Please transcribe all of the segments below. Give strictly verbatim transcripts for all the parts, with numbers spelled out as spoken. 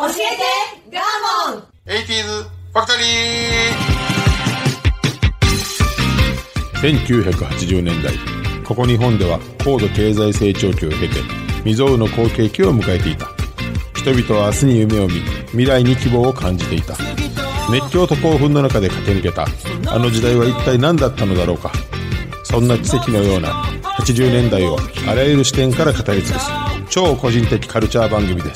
教えてガーモン。 エイティーズファクトリー。せんきゅうひゃくはちじゅうねんだい、ここ日本では高度経済成長期を経て未曾有の好景気を迎えていた。人々は明日に夢を見、未来に希望を感じていた。熱狂と興奮の中で駆け抜けたあの時代は一体何だったのだろうか。そんな奇跡のようなはちじゅうねんだいをあらゆる視点から語り尽くす超個人的カルチャー番組です。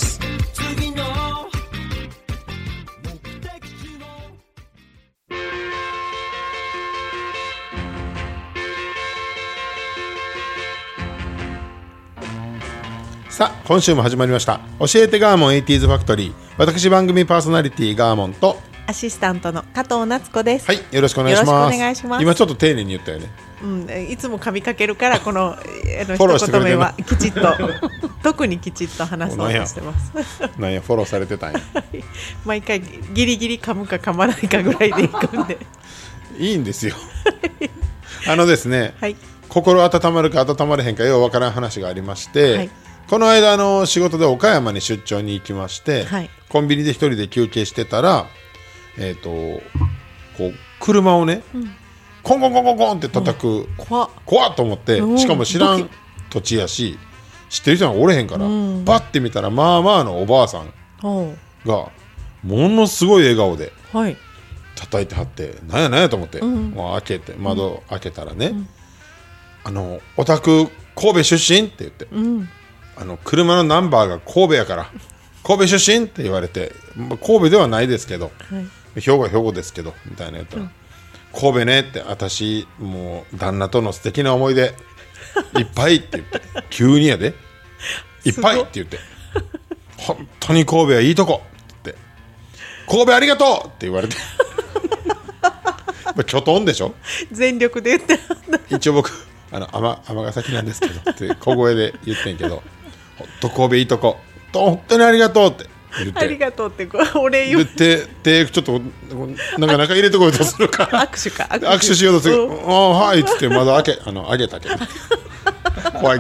さあ今週も始まりました。教えてガーモン エイティーズ ファクトリー。私番組パーソナリティガーモンとアシスタントの加藤夏子です。 はい、よろしくお願いします。 よろしくお願いします。 今ちょっと丁寧に言ったよね。 うん、いつも噛みかけるからこのあの一言目はきちっと特にきちっと話そうとしてます。 なんやフォローされてたんや。 毎回ギリギリ噛むか噛まないかぐらいでいくんでいいんですよ。あのですね、 はい、 心温まるか温まれへんかようわからん話がありまして、はい、この間あの仕事で岡山に出張に行きまして、はい、コンビニで一人で休憩してたら、えーとこう車をね、うん、コンコンコンコンコンって叩く、うん、怖っ怖っと思って、しかも知らん土地やし知ってる人がおれへんから、うん、バッて見たらまあまあのおばあさんがものすごい笑顔で叩いてはって、なんやなんやと思って、うん、もう開けて窓開けたらね、うん、あのお宅神戸出身って言って、うん、あの車のナンバーが神戸やから神戸出身って言われて、神戸ではないですけど、はい、兵庫は兵庫ですけどみたいなやったら、うん、神戸ねって、私もう旦那との素敵な思い出いっぱいって言って急にやでいっぱいって言って本当に神戸はいいとこって神戸ありがとうって言われてきょとんでしょ、 全力で言って一応僕あの尼崎なんですけどって小声で言ってんけど本当神戸いいとこ、本当にありがとうって言って、 ありがとうってお礼言うて手ちょっとなんか中入れてこようとするから握手か握手、握手しようとする、うん、あはいっつって窓開けあの開けたけど怖い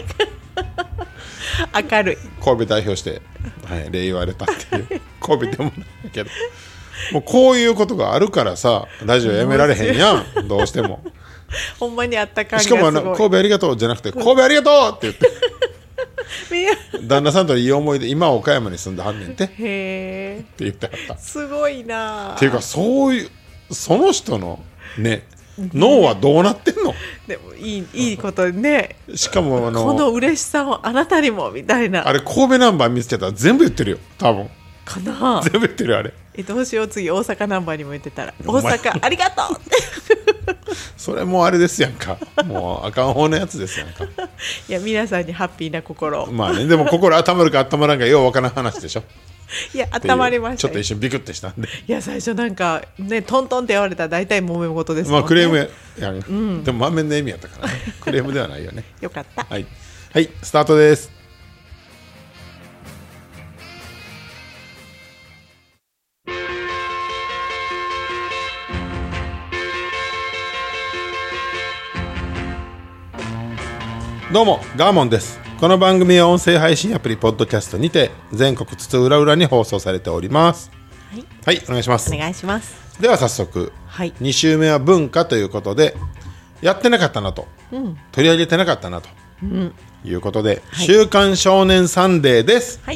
から明るい神戸代表して、はい、礼言われたっていう神戸でもないけど、もうこういうことがあるからさラジオやめられへんやんどうしてもほんまにあった感じしかもあの神戸ありがとうじゃなくて神戸ありがとうって言って旦那さんといい思いで今岡山に住んではんねんてへーって言ってはった。 すごいなっていうかそういうその人のね脳はどうなってんの。 でもいい、いいことね。 しかもあのこの嬉しさをあなたにもみたいな。 あれ神戸ナンバー見つけたら全部言ってるよ多分かな。 全部言ってるよあれ。 えどうしよう次大阪ナンバーにも言ってたら大阪ありがとうそれもうあれですやんか、もうあかん方のやつですやんか。いや皆さんにハッピーな心をまあね、でも心温まるか温まらんかようわからん話でしょ。 いや温まりました。 ちょっと一瞬ビクッてしたんで。 いや最初なんかねトントンって言われたら大体揉め事ですもんね。 まあクレーム や, や、うん、でも満面の笑みやったからねクレームではないよねよかった。 はい、はい、スタートです。どうもガーモンです。この番組は音声配信アプリポッドキャストにて全国津々浦々に放送されております。はい、はい、お願いします。 お願いします。 では早速、はい、に週目は文化ということでやってなかったなと、うん、取り上げてなかったなと、うん、いうことで、はい、週刊少年サンデーです。はい、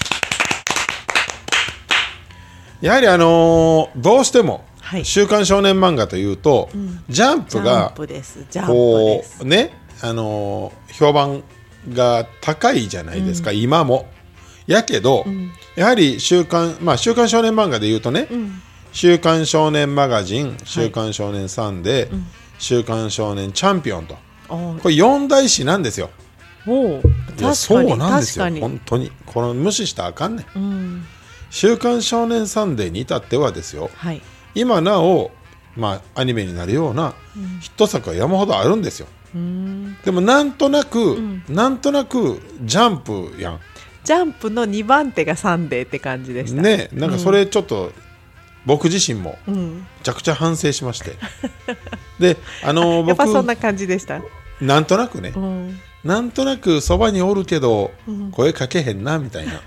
やはりあのー、どうしても、はい、週刊少年漫画というと、うん、ジャンプがこうね、あのー、評判が高いじゃないですか、うん、今もやけど、うん、やはり週刊、まあ、週刊少年漫画でいうとね、うん、週刊少年マガジン、週刊少年サンデー、はい、週刊少年チャンピオンと、これよん大誌なんですよ。おいやそうなんですよ本当に。この無視したらあかんねん、うん、週刊少年サンデーに至ってはですよ、はい、今なお、まあ、アニメになるようなヒット作は山ほどあるんですよ。うん、でもなんとなく、うん、なんとなくジャンプやん。 ジャンプのにばん手がサンデーって感じでしたね。なんかそれちょっと、うん、僕自身もめちゃくちゃ反省しまして、うん、であの僕やっぱそんな感じでした。 なんとなくね、うん、なんとなくそばにおるけど、うん、声かけへんなみたいな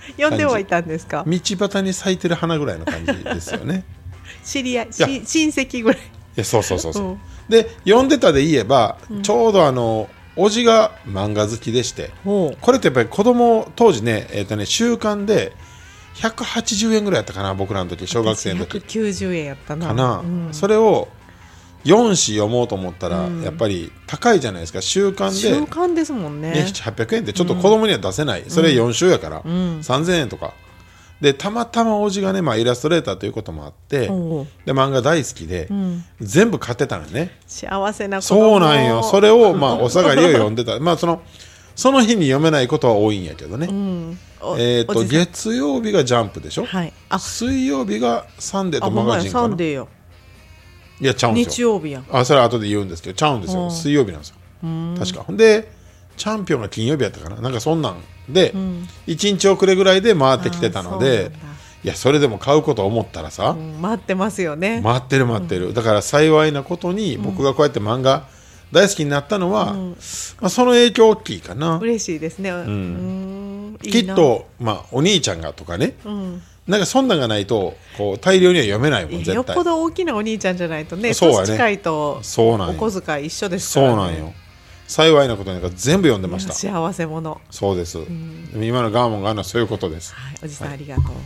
読んではいたんですか？ 道端に咲いてる花ぐらいの感じですよね。 知り合い、し親戚ぐらい。いやそうそうそうそう、うん、で読んでたで言えば、うん、ちょうどあのおじが漫画好きでして、これってやっぱり子供当時ね、えーとね週刊でひゃくはちじゅうえんぐらいやったかな、僕らの時小学生の時ひゃくきゅうじゅうえんやったなかな、うん、それをよん紙読もうと思ったら、うん、やっぱり高いじゃないですか。週刊で週刊ですもんね、 ね、ななひゃくはっぴゃくえんってちょっと子供には出せない、うん、それよん週やから、うん、さんぜんえんとかで、たまたまおじがね、まあ、イラストレーターということもあって、で漫画大好きで、うん、全部買ってたのね。 幸せな子供。 そうなんよ。それを、まあ、お下がりを読んでたまあそのその日に読めないことは多いんやけどね、うん、えー、と月曜日がジャンプでしょ、はい、あ水曜日がサンデーとマガジンかな。 サンデーよ。 いやちゃうんですよ。 日曜日やん。 あそれは後で言うんですけど、ちゃうんですよ。水曜日なんですよ確か。ほんでチャンピオンが金曜日やったかな、なんかそんなんで、うん、いちにち遅れぐらいで回ってきてたので、いやそれでも買うこと思ったらさ、うん、 待ってますよね。 待ってる待ってる、うん、だから幸いなことに僕がこうやって漫画大好きになったのは、うん、まあ、その影響大きいかな。 嬉しいですね、うんうん、きっと、まあ、お兄ちゃんがとかね、うん、なんかそんなんがないとこう大量には読めないもん絶対。 よっぽど大きなお兄ちゃんじゃないとね、年近いとお小遣い一緒ですからね。 そうなんよ。幸いなことに全部読んでました。 幸せ者。 そうです、うん、今のガーモンがあるのはそういうことです、 はい、おじさんありがとう、はい、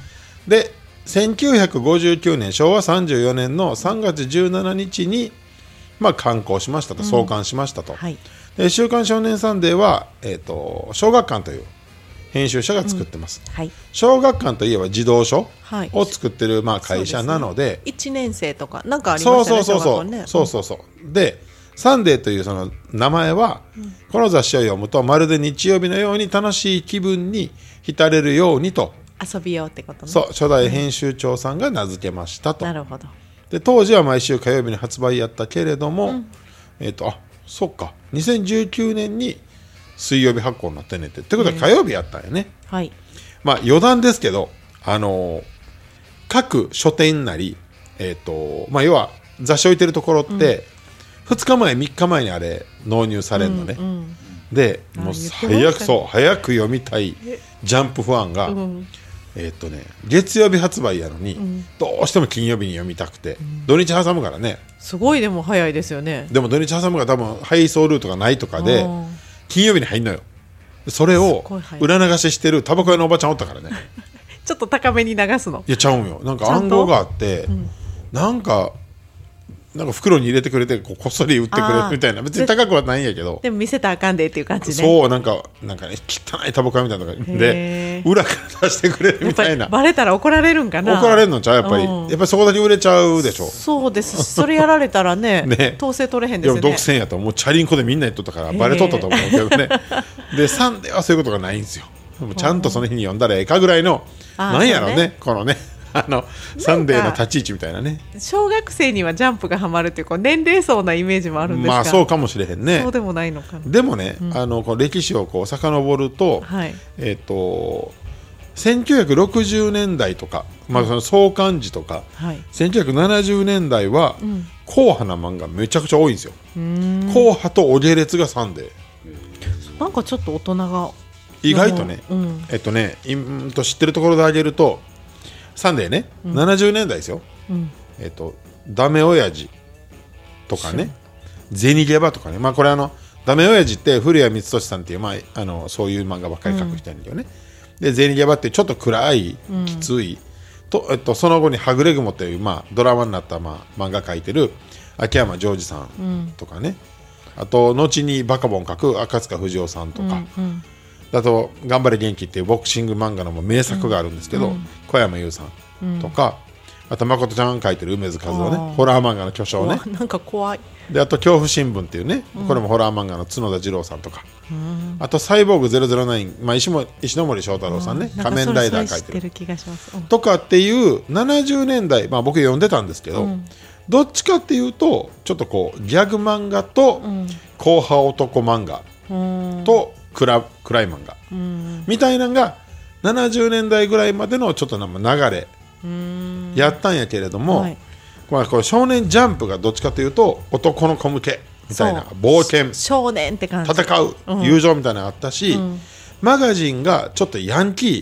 でせんきゅうひゃくごじゅうきゅうねんしょうわさんじゅうよねんのさんがつじゅうしちにちに、まあ、刊行しましたと、創刊しましたと、うん、はい、で週刊少年サンデーは、えーと、小学館という編集者が作ってます、うん、はい、小学館といえば児童書を作ってる、まあ、会社なので、ね、 いちねん生とかなんかありましたね。 そうそうそうそう、ね、そうそうそう、でサンデーというその名前は、うん、この雑誌を読むとまるで日曜日のように楽しい気分に浸れるようにと、 遊びようってことね。 そう、初代編集長さんが名付けましたと。 なるほど。 で当時は毎週火曜日に発売やったけれども、うん、えっ、ー、とあそっかにせんじゅうきゅうねんに水曜日発行になってねってってことは火曜日やったんやね、うん、はい、まあ余談ですけど、あのー、各書店なり、えっ、ー、とまあ要は雑誌置いてるところって、うんふつかまえみっかまえにあれ納入されるのね、うんうん、でもう早くそう早く読みたいジャンプファンが、うん、えー、っとね月曜日発売やのに、うん、どうしても金曜日に読みたくて、うん、土日挟むからね。 すごいでも早いですよね。 でも土日挟むから多分配送ルートがないとかで金曜日に入んのよ。それを裏流ししてるタバコ屋のおばちゃんおったからねちょっと高めに流すの。 いやちゃうんよ。なんか暗号があって、うん、なんかなんか袋に入れてくれて こ, うこっそり売ってくれるみたいな。別に高くはないんやけど、 でも見せたらあかんでっていう感じね。 そう、なんかなんかね汚いタバコ屋みたいなので裏から出してくれるみたいな。 バレたら怒られるんかな。 怒られるのちゃうやっぱり、うん、やっぱりそこだけ売れちゃうでしょ。 そうです。それやられたら ね, ね統制取れへんですよね。 でも独占やともうチャリンコでみんな言っとったからバレとったと思うけどねでサンデーはそういうことがないんですよ。でもちゃんとその日に読んだらええかぐらいのなんやろう ね, ねこのねあのサンデーの立ち位置みたいなね。 小学生にはジャンプがハマるっていう、こう年齢層なイメージもあるんですか。 まあそうかもしれへんね。 そうでもないのかな。 でもね、うん、あのこう歴史をこう遡ると、はい、えっ、ー、とせんきゅうひゃくろくじゅうねんだいとか、まあ、その創刊時とか、はい、せんきゅうひゃくななじゅうねんだいは、うん、硬派な漫画めちゃくちゃ多いんですよ。硬派とお下劣がサンデー。 なんかちょっと大人が意外とね、うん、えっとねんと知ってるところであげるとサンデーね、うん、ななじゅうねんだいですよ、うん、えっとダメ親父とかね、銭ゲバとかね、まあこれあのダメ親父って古谷光俊さんっていう、まあ、あのそういう漫画ばっかり描く人なんだけどね、うん、で銭ゲバってちょっと暗い、うん、きついと、えっと、その後にはぐれ雲という、まあ、ドラマになった、まあ、漫画描いてる秋山ジョージさんとかね、うん、あと後にバカボン描く赤塚不二夫さんとか、うんうん、あと頑張れ元気っていうボクシング漫画のも名作があるんですけど、うん、小山優さんとか、うん、あと誠ちゃん書いてる梅津和夫ね、ホラー漫画の巨匠ね。 なんか怖い。 であと恐怖新聞っていうね、うん、これもホラー漫画の角田二郎さんとか、うん、あとサイボーグゼロゼロナイン、まあ、石も石ノ森章太郎さんね、仮面ライダー書いてるてる気がします、うん、 とかっていうななじゅうねんだい、まあ、僕読んでたんですけど、うん、どっちかっていうとちょっとこうギャグ漫画と硬派男漫画と暗、暗い漫画、うん、みたいなのがななじゅうねんだいぐらいまでのちょっと流れやったんやけれども、はい、これ少年ジャンプがどっちかというと男の子向けみたいな冒険少年って感じ戦う、うん、友情みたいなのがあったし、うん、マガジンがちょっとヤンキ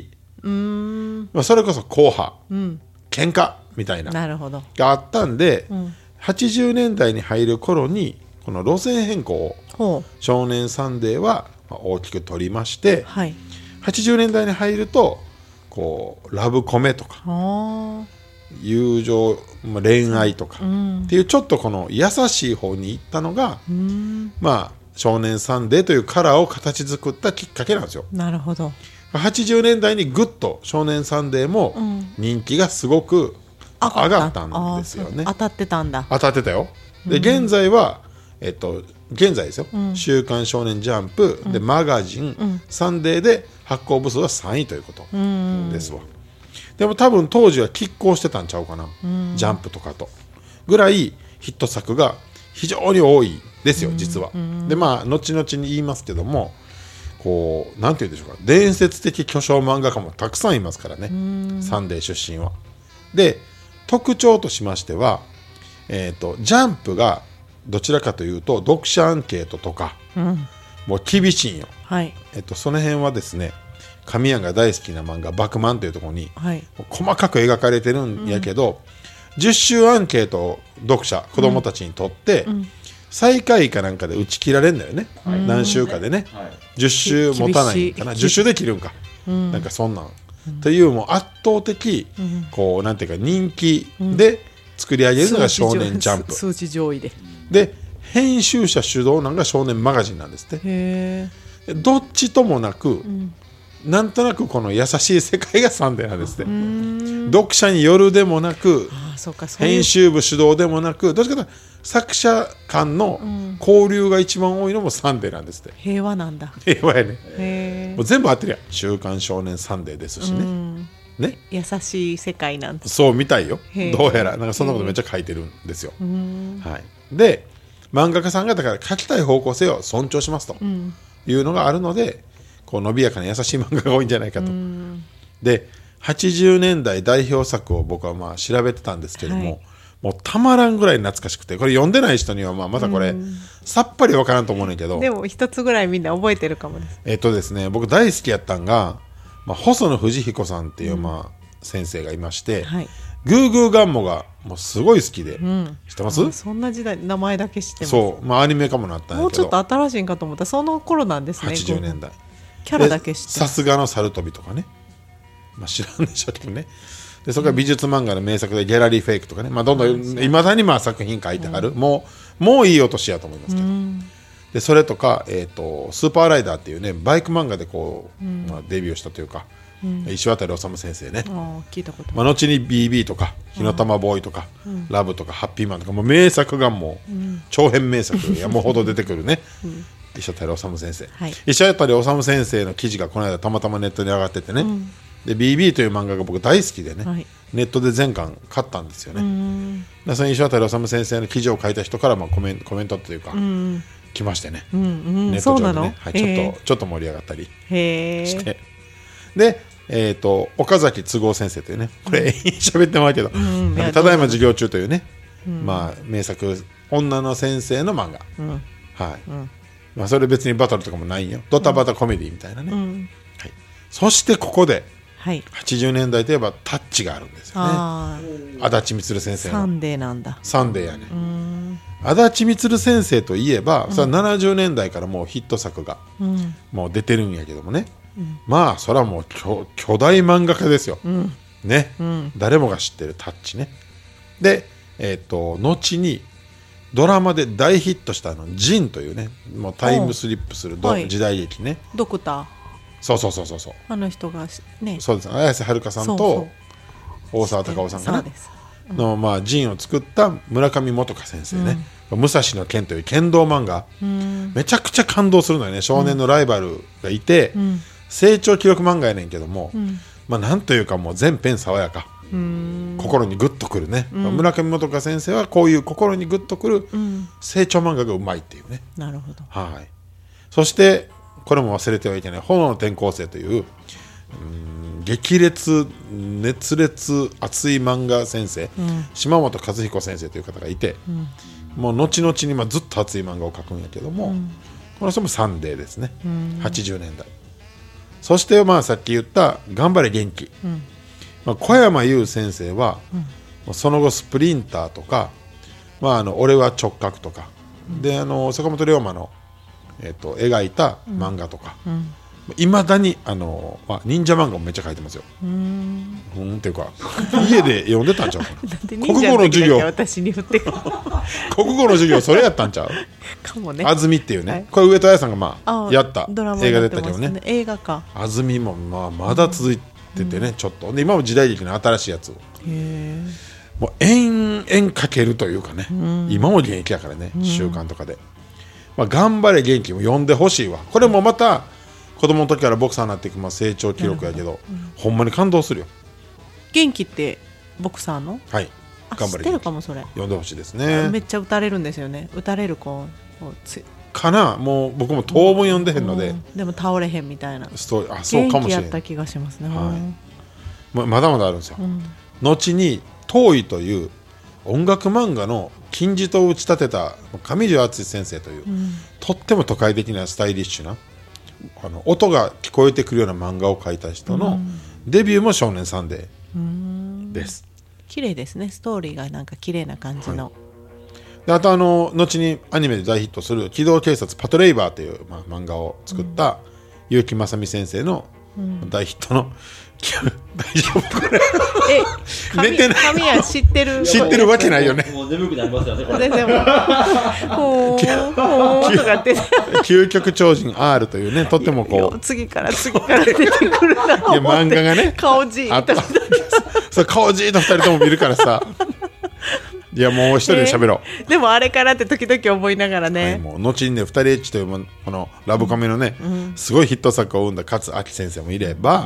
うーん、 まあ、それこそ硬派、 うん、 喧嘩みたいななるほどがあったんで、 うん、 はちじゅうねんだいに入る頃にこの路線変更を少年サンデーは大きく取りまして、 はい、 はちじゅうねんだいに入るとこうラブコメとか友情、まあ、恋愛とか、うん、っていうちょっとこの優しい方に行ったのが、うん、まあ少年サンデーというカラーを形作ったきっかけなんですよ。 なるほど。 はちじゅうねんだいにぐっと少年サンデーも人気がすごく上がったんですよね。 当たってたんだ。 当たってたよ。で現在は、えっと、現在ですよ、うん、週刊少年ジャンプ、うん、でマガジン、うん、サンデーで発行部数はさんいということですわ。でも多分当時は拮抗してたんちゃうかな、ジャンプとかとぐらいヒット作が非常に多いですよ実は。でまあ後々に言いますけども、こうなんて言うんでしょうか、伝説的巨匠漫画家もたくさんいますからね、サンデー出身は。で特徴としましては、えーと、ジャンプがどちらかというと読者アンケートとか、うん、もう厳しいんよ、はいえーと、その辺はですね、神谷が大好きな漫画バクマンというところに、はい、細かく描かれてるんやけど、うん、じゅっ週アンケートを読者子供たちにとって、うんうん、最下位かなんかで打ち切られるんだよね、はい、何週かでね、はい、じゅっ週持たないかな、じゅっ週で切るんか、うん、なんかそんなん、うん、というもう圧倒的、うん、こうなんていうか人気で作り上げるのが少年ジャンプ、 数値上位でで編集者主導なんが少年マガジンなんですって。へー、どっちともなく、うん、なんとなくこの優しい世界がサンデーなんですって。読者によるでもなく、あ、そうか、そういう編集部主導でもなく、どっちかというと作者間の交流が一番多いのもサンデーなんですって。 平和なんだ。 平和やね。へー、もう全部合ってるやん。週刊少年サンデーですしね。ね、 優しい世界なんです。 そうみたいよ。どうやらなんかそんなことめっちゃ書いてるんですよ。はい、で漫画家さんがだから書きたい方向性を尊重しますというのがあるので、こう伸びやかな優しい漫画が多いんじゃないかと。ではちじゅうねんだい代表作を僕はまあ調べてたんですけども、はい、もうたまらんぐらい懐かしくて、これ読んでない人にはまあまたこれさっぱりわからんと思うねんけど、 でも一つぐらいみんな覚えてるかもです。 えっとですね、僕大好きやったんが、まあ、細野藤彦さんっていうまあ先生がいまして、はい、グーグーガンモがもうすごい好きで、うん、知ってます？ そんな時代名前だけ知ってます。 そう、まあ、アニメ化もなったんやけど、 もうちょっと新しいんかと思ったらその頃なんですね。 はちじゅうねんだいキャラだけ知ってさすがの猿飛びとかね、まあ、知らんでしょうけどね。でそれから美術漫画の名作でギャラリーフェイクとかね、まあ、どんどんいまだにまあ作品書いてある、うん、もうもういいお年やと思いますけど、うん、でそれとか、えーと、スーパーライダーっていうねバイク漫画でこう、うんまあ、デビューしたというか、うん、石渡治先生ね、 あ聞いたこと、 まあ、後に ビービー とか火の玉ボーイとか、うん、ラブとかハッピーマンとかもう名作がもう、うん、長編名作山ほど出てくるね、うん、石渡治先生、はい、石渡治先生の記事がこの間たまたまネットに上がっててね、うん、で ビービー という漫画が僕大好きでね、はい、ネットで全巻買ったんですよね。うんでその石渡治先生の記事を書いた人からまあコメン、コメントというか、うん来ましてね、うんうん、ネット上でね、はい、ちょっとちょっと盛り上がったりしてで、えー、と岡崎都合先生というね、これ喋ってもらうけど、うん、ただいま授業中というね、うんまあ、名作女の先生の漫画、うんはいうんまあ、それ別にバトルとかもないんよ、ドタバタコメディみたいなね、うんはい、そしてここで、はい、はちじゅうねんだいといえばタッチがあるんですよね。足立満先生のサンデーなんだ。 サンデーやね。うん足立満先生といえば、うん、それはななじゅうねんだいからもうヒット作が、うん、もう出てるんやけどもね、うん、まあそれはもう 巨, 巨大漫画家ですよ、うんねうん、誰もが知ってるタッチね。で、えー、と後にドラマで大ヒットしたあのジンというね、もうタイムスリップする、はい、時代劇ね、 ドクター、 そうそうそうそうそう、 あの人がね、 そうです、綾瀬はるかさんと大沢たかおさんかなの、まあ、ジンを作った村上元香先生ね、うん、武蔵の剣という剣道漫画、うん、めちゃくちゃ感動するのよね。少年のライバルがいて、うん、成長記録漫画やねんけども、うん、まあなんというかもう全編爽やか、うん、心にグッとくるね、うん、村上元香先生はこういう心にグッとくる成長漫画がうまいっていうね、 なるほど、 はい、そしてこれも忘れてはいけない炎の転校生という、うん激烈熱烈熱い漫画先生、うん、島本和彦先生という方がいて、うん、もう後々にまあずっと熱い漫画を描くんやけども、うん、この人もサンデーですね、うん、はちじゅうねんだいそしてまあさっき言った頑張れ元気、うんまあ、小山優先生は、うん、その後スプリンターとか、まあ、あの俺は直角とか、うん、であの坂本龍馬の、えー、と描いた漫画とか、いま、うん、だにあの、まあ、忍者漫画もめっちゃ描いてますよ。うーんうんっていうか家で読んでたんちゃうかな国語の授業私に振ってくる国語の授業それやったんちゃうかもね。 安住っていうね、はい、これ上戸彩さんがまあやったドラマ映画だったけどね、 映画か。 安住もまあまだ続いててね、うん、ちょっとで今も時代劇の新しいやつをへもう延々かけるというかね、うん、今も現役やからね、うん、週刊とかで、まあ、頑張れ元気も読んでほしいわ。これもまた子供の時からボクサーになっていく、まあ、成長記録やけど、うん、ほんまに感動するよ。 元気ってボクサーの、 はい、 頑張れ知ってるかも。それ読んでほしいですね。 めっちゃ打たれるんですよね。打たれる子かな。もう僕も当分読んでへんので、 うん、でも倒れへんみたいなストーリー、あ、そうかもしれない。元気やった気がしますね、 はい、ま, まだまだあるんですよ、うん、後に遠いという音楽漫画の金字塔を打ち立てた上條敦先生という、うん、とっても都会的なスタイリッシュなあの音が聞こえてくるような漫画を描いた人のデビューも少年サンデーです。 綺麗ですね。ストーリーがなんか綺麗な感じの、はい、 であとあの後にアニメで大ヒットする機動警察パトレイバーという、まあ、漫画を作った結城正美先生の大ヒットの、うん、大丈夫これえ寝てない神谷知ってる知ってるわけないよね。 もう眠くなりますよねこれ。 全然もうほーほーとかって究極超人 R というね、とってもこう次から次から出てくるな。いや漫画がね顔じーっとそう顔じーっとふたりとも見るからさいやもう一人で喋ろう、 えー、でもあれからって時々思いながらね、 はい、もう後にねふたりエッチというこのラブコメのね、うん、すごいヒット作を生んだ勝明先生もいれば、うん、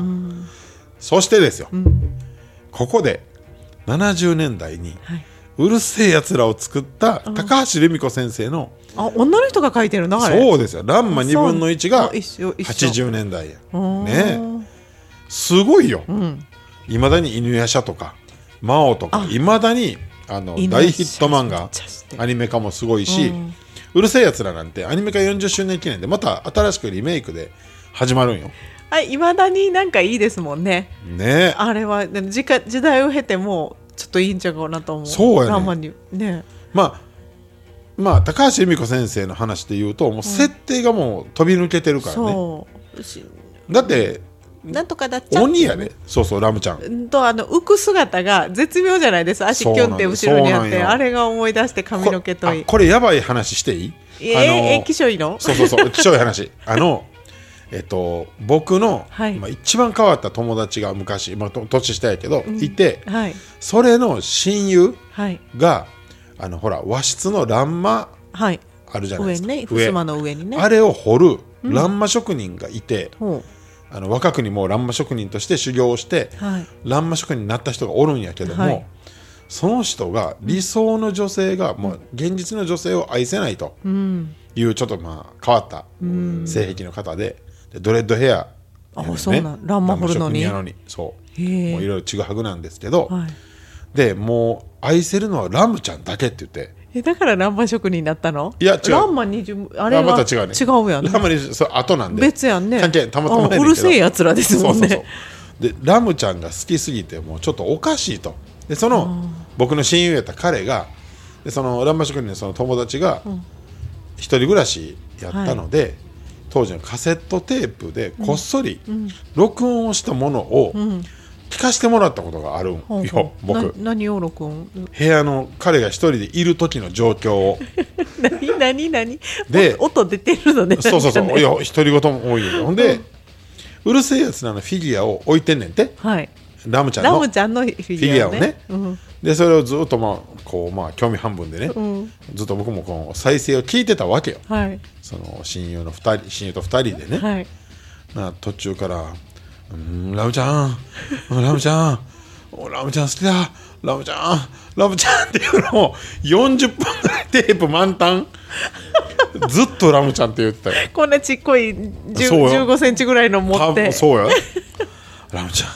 そしてですよ、うん、ここでななじゅうねんだいに、はい、うるせえやつらを作った高橋留美子先生の、 あ、女の人が書いてるなあれ。 そうですよ。ランマにぶんのいちがはちじゅうねんだいやね。すごいよ、いま、うん、だに犬夜叉とか魔王とかいまだにあの大ヒット漫画アニメ化もすごいし、うん、うるせえやつらなんてアニメ化よんじゅっしゅうねん記念でまた新しくリメイクで始まるんよ。 いまだになんかいいですもんね。 ね、 あれは時, 時代を経てもちょっといいんちゃうかなと思う。 そうやね。 にね、 まあまあ高橋留美子先生の話で言うともう設定がもう飛び抜けてるからね、うん、そうだってなんとかだっちゃう鬼やね。そうそうラムちゃんとあの浮く姿が絶妙じゃないですか。足キュンって後ろにあってあれが思い出して髪の毛といい。 こ, これやばい話していい？ えー、あのー、えー、きしょいの？ そうそうそうきしょい話あのえっと、僕の、はい、まあ、一番変わった友達が昔、まあ、年下やけど、うん、いて、はい、それの親友が、はい、あのほら和室の欄間あるじゃないですか、 はい、上ね、襖の上にね、 あれを掘る欄間職人がいて、うん、あの若くにもう欄間職人として修行をして、はい、欄間職人になった人がおるんやけども、はい、その人が理想の女性が、うん、もう現実の女性を愛せないという、うん、ちょっとまあ変わった性癖の方で、でドレッドヘア、 あ、ね、そうなん、ランマホルのにのにそうもういろいろちぐはぐなんですけど、はい、でもう愛せるのはラムちゃんだけって言って、 えだからランマ職人になったの？ いや違う、 ランマにじゅうあれはまた違うね、違うやんね、 ランマにじゅうそれ後なんで別やんね、 関係たまたまやねんけど、 うるせえやつらですもんね。 そうそうそうでラムちゃんが好きすぎてもうちょっとおかしいと。でその僕の親友やった彼がでそのランマ職人のその友達が一人暮らしやったので、はい、当時のカセットテープでこっそり録音をしたものを聞かせてもらったことがあるんよ、うん、僕。 何を録音？ 部屋の彼が一人でいる時の状況を何何何で音出てるのね。 そうそうそう、いや独り言も多いよ。ほんで、うん、うるせえやつらのフィギュアを置いてんねんて、はい、ラムちゃんのラムちゃんのフィギュアを ね, ね、うん、でそれをずっとまあこうまあ興味半分でね、うん、ずっと僕もこの再生を聞いてたわけよ、はい、その親友のふたり親友とふたりでね、はい、な途中からうーんラムちゃんラムちゃんラムちゃん好きだラムちゃんラムちゃんっていうのをよんじゅっぷんぐらいテープ満タンずっとラムちゃんって言ってたよ。 こんなちっこいじゅうごセンチぐらいの持ってそうやラムちゃん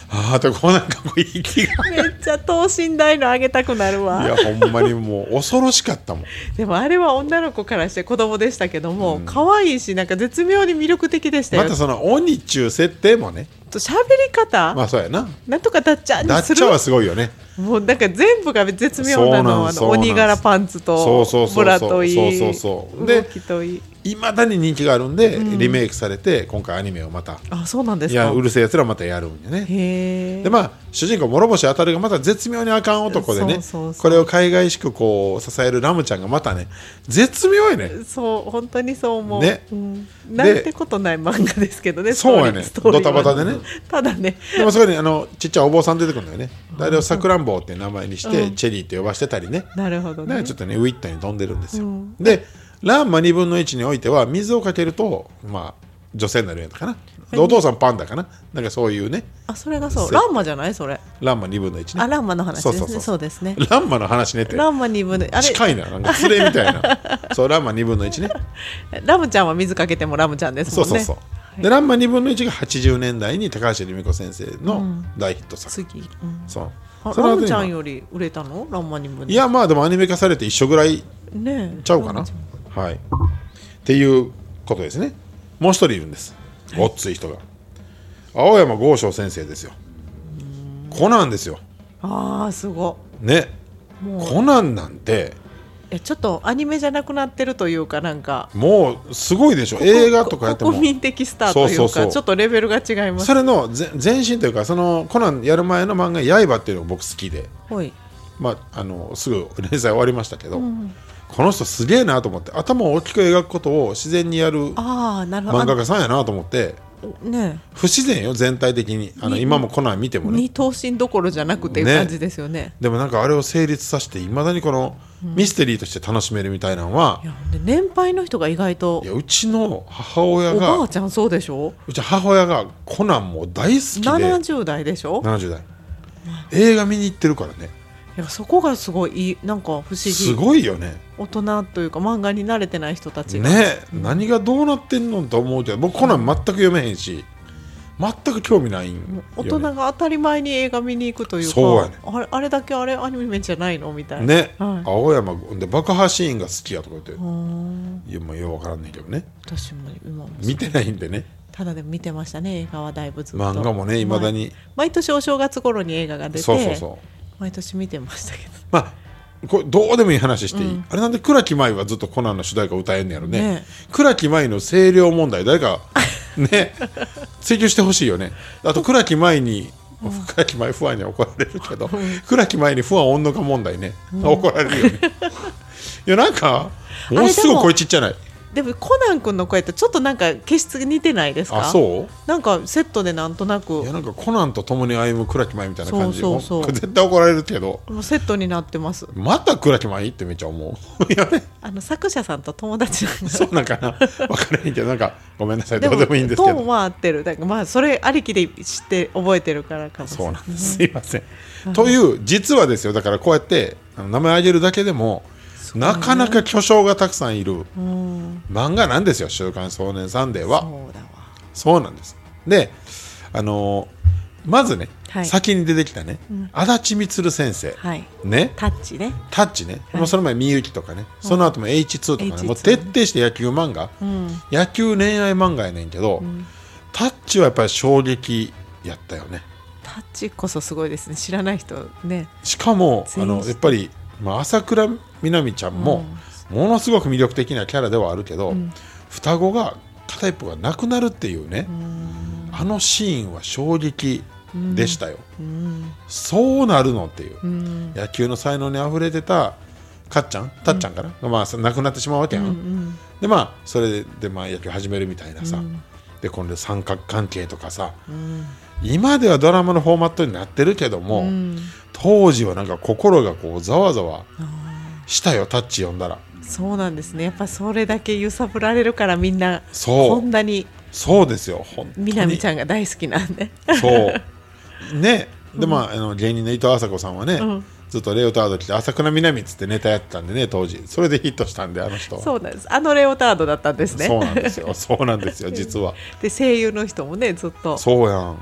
ああとこうなんかこう息がめっちゃ等身大のあげたくなるわ。 いやほんまにもう恐ろしかったもん。 でもあれは女の子からして子供でしたけども、うん、可愛いしなんか絶妙に魅力的でしたよ。 またその鬼っちゅう設定もね、 と喋り方、 まあそうやな、 なんとかだっちゃんにする、 だっちゃはすごいよね。 もうなんか全部が絶妙なの、あの鬼柄パンツとブラといい、 そうそうそうそう、 動きといい、 いまだに人気があるんで、うん、リメイクされて今回アニメをまた、 あ、そうなんですか。 いやうるせえやつらまたやるんよね。 へでまあ主人公諸星あたるがまた絶妙にあかん男でね、 そうそうそう、 これを海外しくこう支えるラムちゃんがまたね絶妙やね。 そう本当にそう思う、 ね、 うん、なんてことない漫画ですけどね。 そうやね、ドタバタでね。 ただね、 でもそこにあのちっちゃいお坊さん出てくるんだよね。あれをさくらんぼうって名前にして、うん、チェリーって呼ばしてたりね。 なるほどね。 ちょっとねウィットに飛んでるんですよ、うん、でランマにぶんのいちにおいては水をかけるとまあ女性になるやつかな。お父さんパンダかな、なんかそういうね。 あ、それがそう、ランマじゃないそれ。 ランマにぶんのいちね。 あ、ランマの話ですね。そうそうそう、そうですね。 ランマの話ねって。 ランマにぶんの、あれ近いな、なんか連れみたいな。そう、ランマにぶんのいちね。 ラムちゃんは水かけてもラムちゃんですもんね。 そうそうそう。でランマにぶんのいちがはちじゅうねんだいに高橋留美子先生の大ヒット作、 うん、次、うん、 そうあラムちゃんより売れたのランマにぶんのいち。 いやまあでもアニメ化されて一緒ぐらいちゃうかな、ね、はいっていうことですね。もう一人いるんです、ごっつい人が。青山剛昌先生ですよ。コナンですよ。 あーすごね。コナンなんてえちょっとアニメじゃなくなってるというか、なんかもうすごいでしょ。映画とかやっても国民的スターというか、そうそうそう、ちょっとレベルが違います。 それの前身というか、そのコナンやる前の漫画刃っていうのが僕好きで、 はい、 まあ、あのすぐ連載終わりましたけど、 うん、 この人すげえなと思って、頭を大きく描くことを自然にやる漫画家さんやなと思って、 ね、 不自然よ全体的に。あの今もコナン見てもね、 二頭身どころじゃなくていう感じですよ ね, ね。 でもなんかあれを成立させていまだにこのミステリーとして楽しめるみたいなのは、 うん、いやで年配の人が意外と、 いやうちの母親が、 おばあちゃんそうでしょ。 うち母親がコナンも大好きで、 ななじゅう代でしょ。 ななじゅう代、映画見に行ってるからね。 いやそこがすごいなんか不思議、 すごいよね。 大人というか漫画に慣れてない人たちがね、うん、何がどうなってんのと思うけど、僕コナン全く読めへんし、全く興味ないんよ、ね、 大人が当たり前に映画見に行くというか、 そうやね、 あれ、あれだけあれアニメじゃないのみたいなね、 はい、 青山で爆破シーンが好きやとか言って、いやもうよう分からんねんけどね。 私も今も見てないんでね。 ただでも見てましたね、映画はだいぶずっと。 漫画もね、いまだに毎年お正月頃に映画が出て、 そうそうそう、 毎年見てましたけど、 まあこれどうでもいい話していい、うん、あれなんで倉木舞はずっとコナンの主題歌を歌えんのやろね。ね、倉木舞の声量問題誰かね追求してほしいよね。あと倉木舞に、うん、倉木舞不安には怒られるけど、うん、倉木舞に不安温度化問題ね、うん、怒られるよねいやなんかもうすぐ声ちっちゃない。 でもコナン君の声ってちょっとなんか気質似てないですか。 あ、そう。 なんかセットでなんとなく、 いやなんかコナンと共に歩む倉木舞みたいな感じ。 そうそうそう、 絶対怒られるけどもうセットになってます。 また倉木舞ってめっちゃ思ういや、ね、 あの作者さんと友達なんだそうなんかな分からへんけど、なんかごめんなさい、どうでもいいんですけど、 トーンは合ってる。だからまあそれありきで知って覚えてるからかもしれない。 そうなんです、すいません、うん、という実はですよ、だからこうやって名前挙げるだけでもなかなか巨匠がたくさんいる漫画なんですよ、週刊少年サンデーは。 そうだわ。 そうなんです。で、あのー、まずね、はい、先に出てきたね、うん、足立満先生、 はい、 ね、 タッチね、 タッチね、はい、もうその前みゆきとかね、その後も エイチツー とかね、うん、もう徹底して野球漫画、うん、野球恋愛漫画やねんけど、うん、タッチはやっぱり衝撃やったよね。 タッチこそすごいですね、知らない人ね。 しかもあのやっぱり、まあ、朝倉みなみちゃんもものすごく魅力的なキャラではあるけど、うん、双子が片一方が亡くなるっていうね、うん、あのシーンは衝撃でしたよ、うん、そうなるのっていう、うん、野球の才能にあふれてたかっちゃんたっちゃんかな、うん、まあ、亡くなってしまうわけやん、うんうん、でまあそれでまあ野球始めるみたいなさ、うん、で今度三角関係とかさ、うん、今ではドラマのフォーマットになってるけども、うん、当時はなんか心がこうざわざわしたよ、タッチ読んだら。 そうなんですね、やっぱそれだけ揺さぶられるからみんなこんなに。 そうですよ、本当にみなみちゃんが大好きなんでそうね。でまあ、あの芸人の伊藤麻子さんはね、うん、ずっとレオタード着て朝倉みなみっつってネタやってたんでね、当時それでヒットしたんで、あの人は。 そうなんです、あのレオタードだったんですね。 そうなんですよそうなんですよ実は。 で声優の人もねずっとそうやん、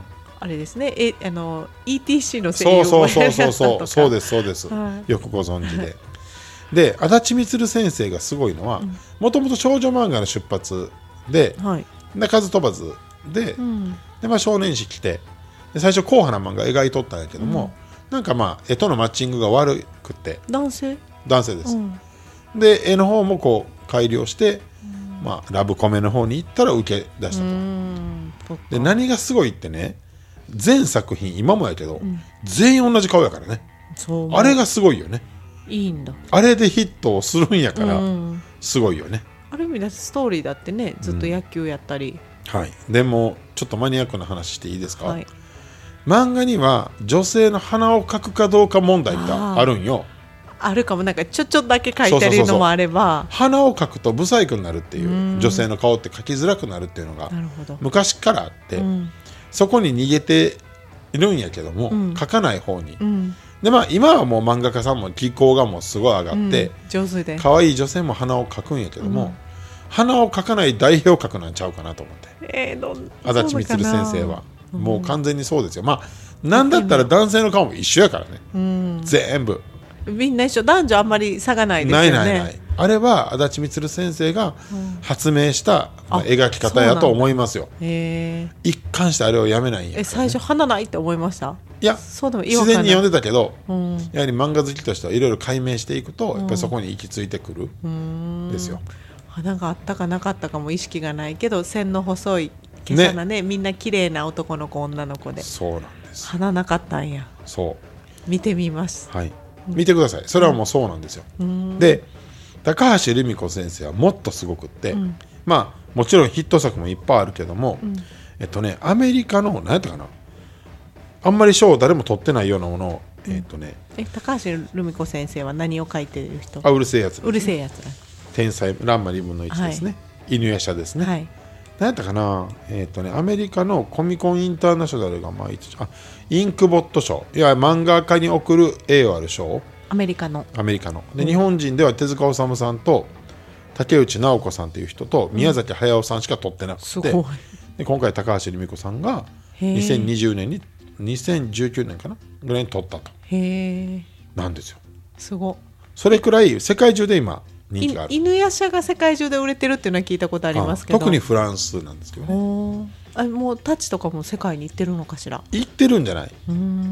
あれですね、えあの イーティーシー の声優をやられたとか。 そうそうそうそうそうですそうです、 はい、 よくご存知でで足立満先生がすごいのはもともと少女漫画の出発で、はい、鳴かず飛ばず で,、うん、で、まあ、少年誌来てで最初硬派な漫画描いとったんやけども、うん、なんかまあ絵とのマッチングが悪くて男性男性です、うん、で絵の方もこう改良して、うん、まあ、ラブコメの方に行ったら受け出したと。うんで何がすごいってね全作品今もやけど、うん、全員同じ顔やからね。そうあれがすごいよね。 いいんだ。 あれでヒットをするんやから、うん、すごいよね。 ある意味でストーリーだってねずっと野球やったり、 うん、はい。でもちょっとマニアックな話していいですか、はい、漫画には女性の鼻を描くかどうか問題ってあるんよ。 あるかも。なんかちょちょっとだけ描いてるのもあれば、 鼻を描くとブサイクになるっていう、女性の顔って描きづらくなるっていうのが昔からあって、うん、そこに逃げているんやけども、うん、描かない方に、うん、でまあ今はもう漫画家さんも技巧がもうすごい上がって、 うん、上手で可愛い女性も鼻を描くんやけども、うん、鼻を描かない代表格なんちゃうかなと思って、 えー、どん足立満先生は、うん、もう完全にそうですよ。まあなんだったら男性の顔も一緒やからね、うん、全部みんな一緒。男女あんまり差がないですよね。 ないないない。あれは足立満先生が発明した、うんまあ、描き方やと思いますよ。へ一貫してあれをやめないんや、ね、 え最初花ないって思いました？ いやそうでも自然に読んでたけど、うん、やはり漫画好きとしてはいろいろ解明していくと、うん、やっぱりそこに行き着いてくるんですよ。 花があったかなかったかも意識がないけど線の細い今朝なね、みんな綺麗な男の子女の子でそうなんです。 花なかったんや。 そう見てみます。 はい見てください。それはもうそうなんですよ、うん、で高橋留美子先生はもっとすごくって、うん、まあもちろんヒット作もいっぱいあるけども、うん、えっとねアメリカの何やったかなあんまり賞を誰も取ってないようなものを、うん、えっとねえ高橋留美子先生は何を書いてる人？ あうるせえやつ、ね、 うるせえやつ天才ランマにぶんのいちですね、はい、犬夜叉ですね、はい、何やったかなえっとねアメリカのコミコンインターナショナルが毎年あインクボット賞いや漫画家に贈る栄誉ある賞アメリカのアメリカので、うん、日本人では手塚治虫さんと竹内直子さんという人と宮崎駿さんしか取ってなくて、うん、で今回高橋留美子さんがにせんにじゅうねんににせんじゅうきゅうねんかなぐらいに取ったとへなんですよ。すごそれくらい世界中で今人気がある。 犬夜叉が世界中で売れてるっていうのは聞いたことありますけど特にフランスなんですけどね。 あもうタッチとかも世界に行ってるのかしら。 行ってるんじゃない。うん、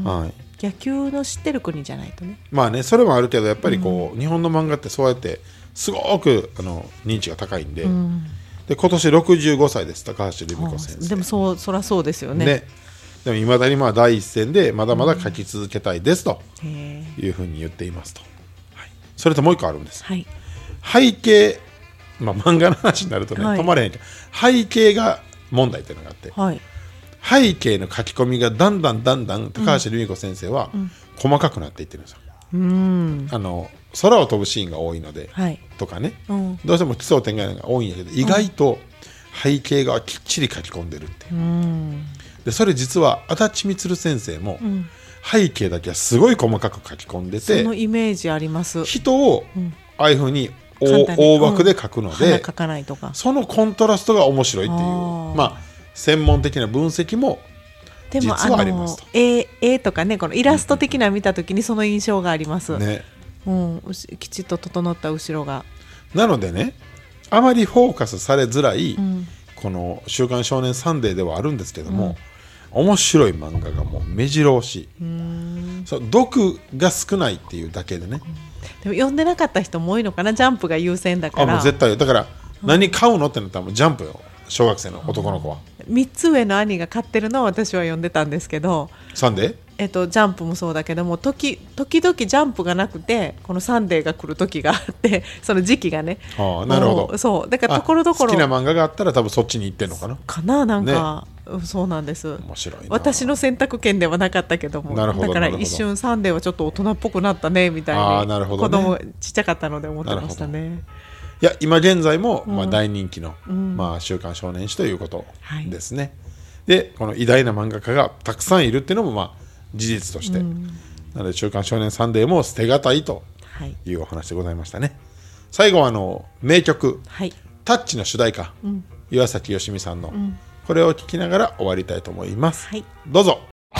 はい、野球の知ってる国じゃないとね。 まあねそれもあるけどやっぱりこう、うん、日本の漫画ってそうやってすごくあの認知が高いんで、うん、で今年ろくじゅうごさいです高橋留美子先生。 でもそうそりゃそうですよね。 ねでもいまだにまあ第一線でまだまだ書き続けたいですというふうに言っていますと、はい、それともう一個あるんです、はい、背景、まあ、漫画の話になるとね、はい、止まれへんけど背景が問題というのがあって、はい、背景の書き込みがだんだんだんだん高橋留美子先生は細かくなっていってるんですよ、うん、あの空を飛ぶシーンが多いので、はい、とかね、うん、どうしても奇想天外が多いんやけど意外と背景がきっちり書き込んでるっていう、うんでそれ実は足立満先生も背景だけはすごい細かく書き込んでて、 そのイメージあります。 人をああいうふうに大枠で書くので、うん、 鼻書かないとかそのコントラストが面白いっていうまあ専門的な分析も実はありますと。 でもあの絵とかねこのイラスト的な見た時にその印象があります、ねうん、きちっと整った後ろがなのでねあまりフォーカスされづらい、うん、この週刊少年サンデーではあるんですけども、うん面白い漫画がもう目白押し。うーんそう毒が少ないっていうだけでね、うん、でも読んでなかった人も多いのかな。ジャンプが優先だから。 あもう絶対だから何買うのってなったらもうジャンプよ小学生の男の子は、 うん、みっつ上の兄が買ってるのを私は読んでたんですけどサンデーえっと、ジャンプもそうだけども時時々ジャンプがなくてこのサンデーが来る時があってその時期がねああなるほどそうだからところどころ好きな漫画があったら多分そっちに行ってんのかなかななんか、ね、そうなんです。 面白いな。 私の選択権ではなかったけどもなるほどだから一瞬サンデーはちょっと大人っぽくなったねみたいにあなるほど、ね、子供ちっちゃかったので思ってましたね。 いや今現在も、まあ、大人気の、うんまあ、週刊少年誌ということですね、はい、でこの偉大な漫画家がたくさんいるっていうのも、まあ、事実として、うん、なので週刊少年サンデーも捨てがたいというお話でございましたね、はい、最後はあの名曲、はい、タッチの主題歌、うん、岩崎良美さんの、うん、 これを聞きながら終わりたいと思います、 はい、 どうぞ。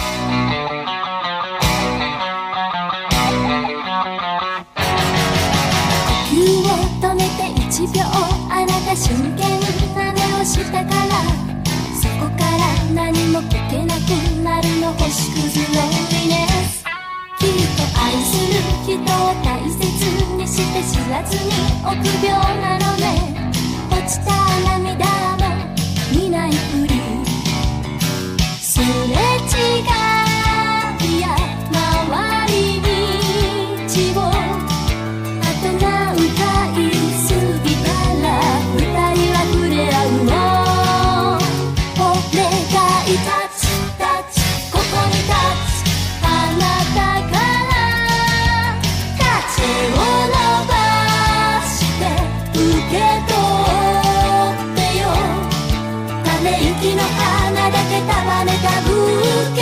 呼吸を止めていちびょう、あなた真剣な目をしたから、そこから何も解けなくなるの星屑ロンリネス。きっと愛する人を大切にして知らずに臆病なのね。落ちた涙も見ないふり、すれ違いや回り道をあと何回過ぎたら二人は触れ合うの。お願いタッチタッチ、ここにタッチ、あなたから風を伸ばして受け取ってよ。ため息の花だけ束ねたブーケ、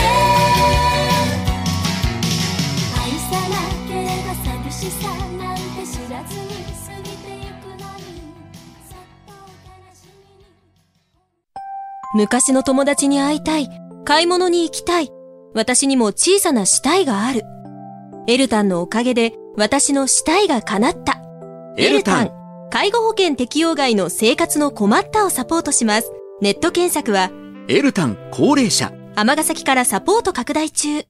愛さなければ寂しさなんて知らずに過ぎてゆくのに、そっと悲しみに。 昔の友達に会いたい、買い物に行きたい、私にも小さなしたいがある。エルタンのおかげで私のしたいが叶った。エルタン、介護保険適用外の生活の困ったをサポートします。ネット検索はエルタン高齢者。 尼崎からサポート拡大中。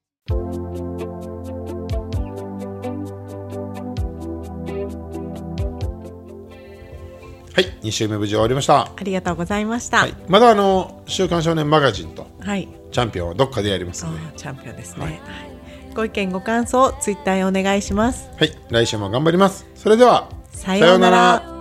はい、に週目無事終わりました。 ありがとうございました、 はい、まだあの週刊少年マガジンとはい、 チャンピオンはどっかでやりますので、 チャンピオンですね、 はいはい、ご意見ご感想ツイッターへお願いします。 はい、来週も頑張ります。それではさようなら。